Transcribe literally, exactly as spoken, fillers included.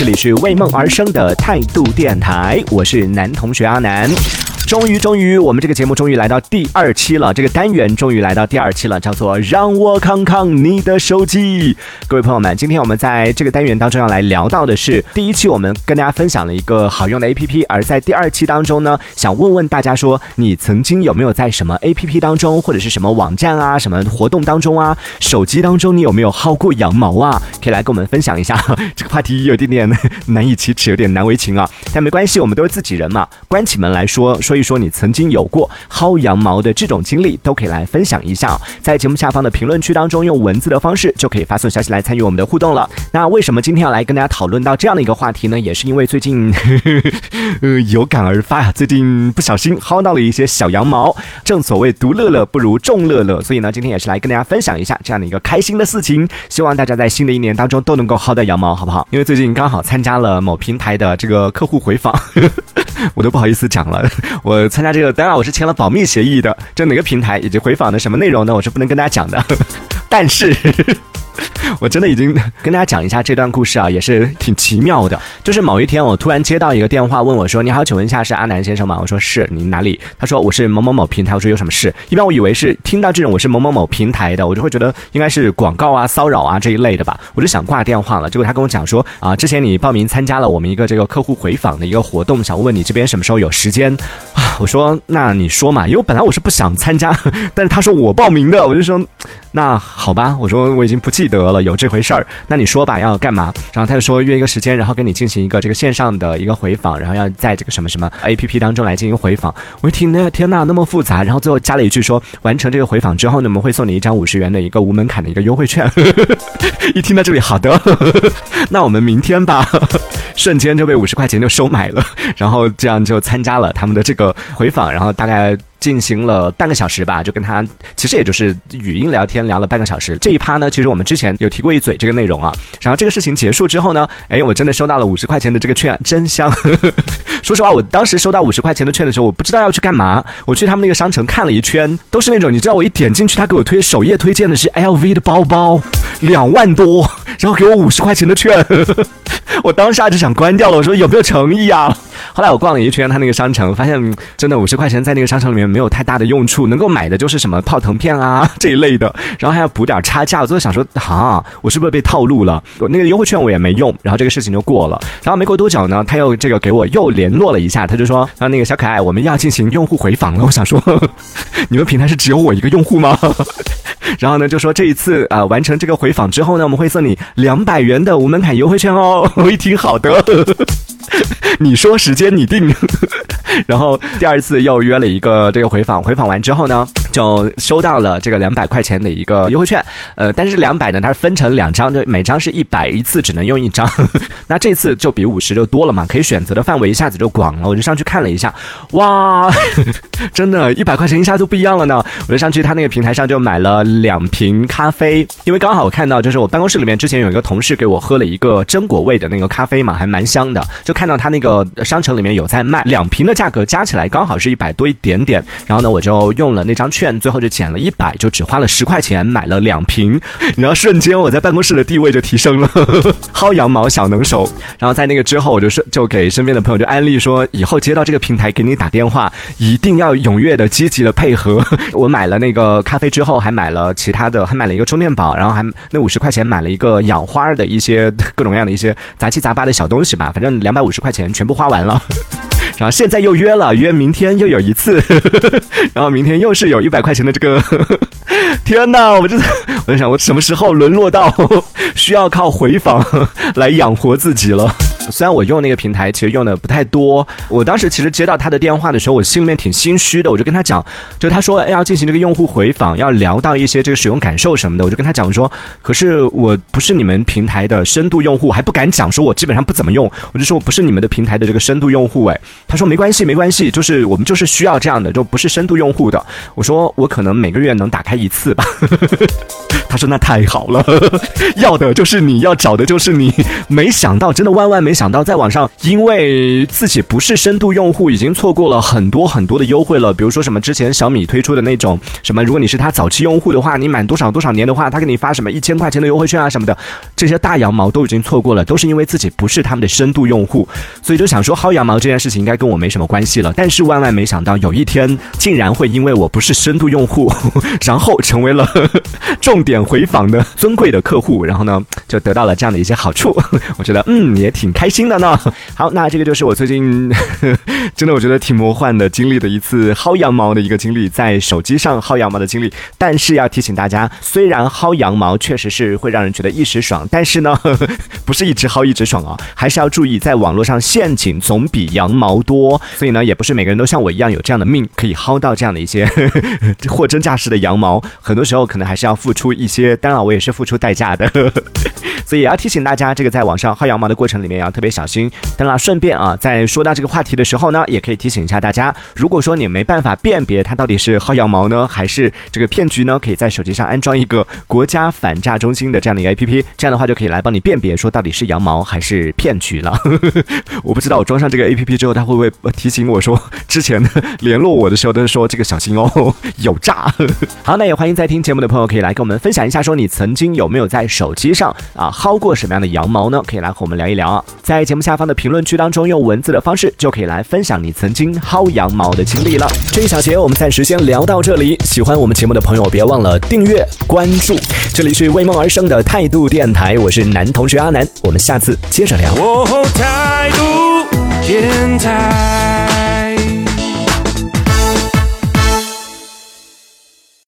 这里是为梦而生的态度电台，我是男同学阿南。终于终于我们这个节目终于来到第二期了，这个单元终于来到第二期了，叫做让我看看你的手机。各位朋友们，今天我们在这个单元当中要来聊到的是，第一期我们跟大家分享了一个好用的 A P P， 而在第二期当中呢，想问问大家说，你曾经有没有在什么 A P P 当中，或者是什么网站啊，什么活动当中啊，手机当中你有没有薅过羊毛啊？可以来跟我们分享一下。这个话题有一点点难以启齿，有点难为情啊，但没关系，我们都是自己人嘛，关起门来说说一说你曾经有过薅羊毛的这种经历，都可以来分享一下。在节目下方的评论区当中，用文字的方式就可以发送消息来参与我们的互动了。那为什么今天要来跟大家讨论到这样的一个话题呢？也是因为最近呵呵、呃、有感而发呀，最近不小心薅到了一些小羊毛。正所谓独乐乐不如众乐乐，所以呢，今天也是来跟大家分享一下这样的一个开心的事情。希望大家在新的一年当中都能够薅到羊毛，好不好？因为最近刚好参加了某平台的这个客户回访。我都不好意思讲了，我参加这个，当然我是签了保密协议的，这哪个平台以及回访的什么内容呢，我是不能跟大家讲的。但是我真的已经跟大家讲一下这段故事啊，也是挺奇妙的。就是某一天我突然接到一个电话，问我说：“你好，请问一下是阿南先生吗？”我说：“是，你哪里？”他说：“我是某某某平台。”我说：“有什么事？”一般我以为是听到这种我是某某某平台的，我就会觉得应该是广告啊、骚扰啊这一类的吧，我就想挂电话了。结果他跟我讲说：“啊，之前你报名参加了我们一个这个客户回访的一个活动，想问问你这边什么时候有时间啊？”我说：“那你说嘛，因为本来我是不想参加，但是他说我报名的，我就说那好吧，我说我已经不记得了有这回事儿，那你说吧，要干嘛？”然后他就说约一个时间，然后跟你进行一个这个线上的一个回访，然后要在这个什么什么 A P P 当中来进行回访。我一听那天哪，那么复杂，然后最后加了一句说，完成这个回访之后呢，我们会送你一张五十元的一个无门槛的一个优惠券。一听到这里，好的，那我们明天吧。瞬间就被五十块钱就收买了，然后这样就参加了他们的这个回访，然后大概进行了半个小时吧，就跟他其实也就是语音聊天聊了半个小时。这一趴呢，其实我们之前有提过一嘴这个内容啊。然后这个事情结束之后呢，哎，我真的收到了五十块钱的这个券，真香。说实话，我当时收到五十块钱的券的时候，我不知道要去干嘛。我去他们那个商城看了一圈，都是那种你知道，我一点进去，他给我推首页推荐的是 L V 的包包，两万多，然后给我五十块钱的券。我当下就想关掉了，我说有没有诚意啊？后来我逛了一圈他那个商城，发现真的五十块钱在那个商城里面没有太大的用处，能够买的就是什么泡腾片啊这一类的，然后还要补点差价。我最后想说，哈，我是不是被套路了？我那个优惠券我也没用，然后这个事情就过了。然后没过多久呢，他又这个给我又联络了一下，他就说，啊，那个小可爱，我们要进行用户回访了。我想说，你们平台是只有我一个用户吗？然后呢，就说这一次啊、呃，完成这个回访之后呢，我们会送你两百元的无门槛优惠券哦。我一听，好的，你说时间你定。然后第二次又约了一个这个回访，回访完之后呢，就收到了这个两百块钱的一个优惠券。呃，但是两百呢，它是分成两张，就每张是一百，一次只能用一张。那这次就比五十就多了嘛，可以选择的范围一下子就广了。我就上去看了一下，哇，真的，一百块钱一下就不一样了呢。我就上去他那个平台上就买了两瓶咖啡，因为刚好我看到就是我办公室里面之前有一个同事给我喝了一个榛果味的那个咖啡嘛，还蛮香的，就看到他那个商城里面有在卖两瓶的价格加起来刚好是一百多一点点，然后呢我就用了那张券，最后就减了一百，就只花了十块钱买了两瓶，然后瞬间我在办公室的地位就提升了，薅羊毛小能手。然后在那个之后，我就是就给身边的朋友就安利说，以后接到这个平台给你打电话，一定要踊跃的积极的配合。我买了那个咖啡之后，还买了其他的，还买了一个充电宝，然后还那五十块钱买了一个养花的一些各种各样的一些杂七杂八的小东西吧，反正两百五十块钱全部花完了。然后现在又约了，约明天又有一次，然后明天又是有一百块钱的这个，天哪！我就我就想，我什么时候沦落到需要靠回访来养活自己了？虽然我用那个平台其实用的不太多，我当时其实接到他的电话的时候，我心里面挺心虚的。我就跟他讲，就他说要进行这个用户回访，要聊到一些这个使用感受什么的，我就跟他讲说，可是我不是你们平台的深度用户，还不敢讲说我基本上不怎么用，我就说我不是你们的平台的这个深度用户。哎，他说没关系没关系，就是我们就是需要这样的，就不是深度用户的。我说我可能每个月能打开一次吧。 他说那太好了，要的就是你，要找的就是你。没想到，真的万万没想到，在网上因为自己不是深度用户，已经错过了很多很多的优惠了。比如说什么之前小米推出的那种什么，如果你是他早期用户的话，你满多少多少年的话，他给你发什么一千块钱的优惠券啊什么的，这些大羊毛都已经错过了，都是因为自己不是他们的深度用户，所以就想说薅羊毛这件事情应该跟我没什么关系了。但是万万没想到，有一天竟然会因为我不是深度用户，然后成为了重点回访的尊贵的客户，然后呢就得到了这样的一些好处，我觉得嗯也挺开心的呢。好，那这个就是我最近真的我觉得挺魔幻的经历的一次薅羊毛的一个经历，在手机上薅羊毛的经历。但是要提醒大家，虽然薅羊毛确实是会让人觉得一时爽，但是呢呵呵不是一直薅一直爽啊，还是要注意在网络上陷阱总比羊毛多，所以呢也不是每个人都像我一样有这样的命可以薅到这样的一些呵呵货真价实的羊毛，很多时候可能还是要付出一些，当然我也是付出代价的呵呵，所以也要提醒大家，这个在网上薅羊毛的过程里面要特别小心。当然顺便啊，在说到这个话题的时候呢，也可以提醒一下大家，如果说你没办法辨别它到底是薅羊毛呢还是这个骗局呢，可以在手机上安装一个国家反诈中心的这样的一个 A P P， 这样的话就可以来帮你辨别说到底是羊毛还是骗局了。我不知道我装上这个 A P P 之后，它会不会提醒我说之前联络我的时候都是说这个小心哦，有诈。好，那也欢迎在听节目的朋友可以来跟我们分享一下，说你曾经有没有在手机上啊薅过什么样的羊毛呢？可以来和我们聊一聊啊，在节目下方的评论区当中用文字的方式就可以来分享你曾经薅羊毛的经历了。这一小节我们暂时先聊到这里，喜欢我们节目的朋友别忘了订阅关注，这里是为梦而生的态度电台，我是男同学阿南，我们下次接着聊。 态度电台。